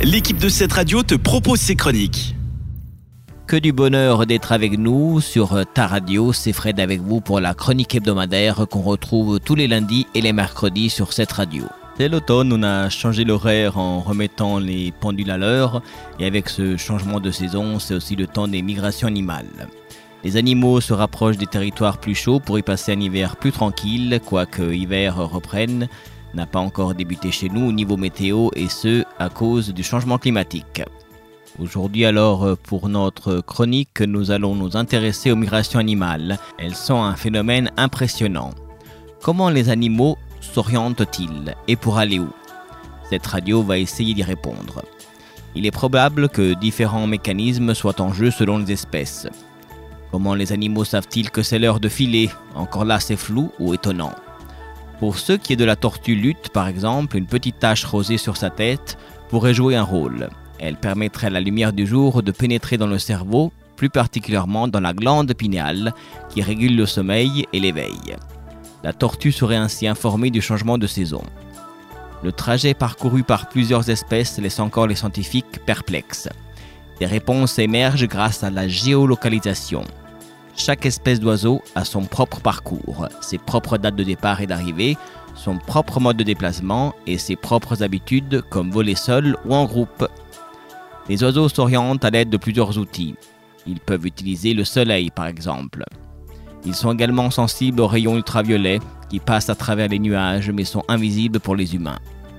l'équipe de cette radio te propose ses chroniques. Que du bonheur d'être avec nous sur ta radio, c'est Fred avec vous pour la chronique hebdomadaire qu'on retrouve tous les lundis et les mercredis sur cette radio. C'est l'automne, on a changé l'horaire en remettant les pendules à l'heure et avec ce changement de saison, c'est aussi le temps des migrations animales. Les animaux se rapprochent des territoires plus chauds pour y passer un hiver plus tranquille, quoique l'hiver reprenne, n'a pas encore débuté chez nous au niveau météo et ce à cause du changement climatique. Aujourd'hui alors, pour notre chronique, nous allons nous intéresser aux migrations animales. Elles sont un phénomène impressionnant. Comment les animaux s'orientent-ils et pour aller où ? Cette radio va essayer d'y répondre. Il est probable que différents mécanismes soient en jeu selon les espèces. Comment les animaux savent-ils que c'est l'heure de filer ? Encore là, c'est flou ou étonnant. Pour ce qui est de la tortue lutte, par exemple, une petite tache rosée sur sa tête pourrait jouer un rôle. Elle permettrait à la lumière du jour de pénétrer dans le cerveau, plus particulièrement dans la glande pinéale, qui régule le sommeil et l'éveil. La tortue serait ainsi informée du changement de saison. Le trajet parcouru par plusieurs espèces laisse encore les scientifiques perplexes. Des réponses émergent grâce à la géolocalisation. Chaque espèce d'oiseau a son propre parcours, ses propres dates de départ et d'arrivée, son propre mode de déplacement et ses propres habitudes comme voler seul ou en groupe. Les oiseaux s'orientent à l'aide de plusieurs outils. Ils peuvent utiliser le soleil par exemple. Ils sont également sensibles aux rayons ultraviolets qui passent à travers les nuages mais sont invisibles pour les humains.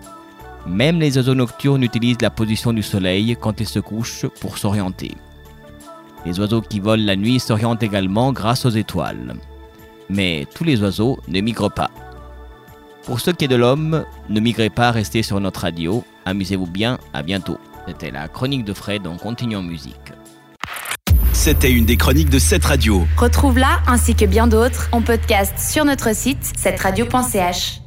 Même les oiseaux nocturnes utilisent la position du soleil quand ils se couchent pour s'orienter. Les oiseaux qui volent la nuit s'orientent également grâce aux étoiles. Mais tous les oiseaux ne migrent pas. Pour ce qui est de l'homme, ne migrez pas, restez sur notre radio. Amusez-vous bien, à bientôt. C'était la chronique de Fred, on continue en musique. C'était une des chroniques de cette radio. Retrouve-la ainsi que bien d'autres en podcast sur notre site cetteradio.ch.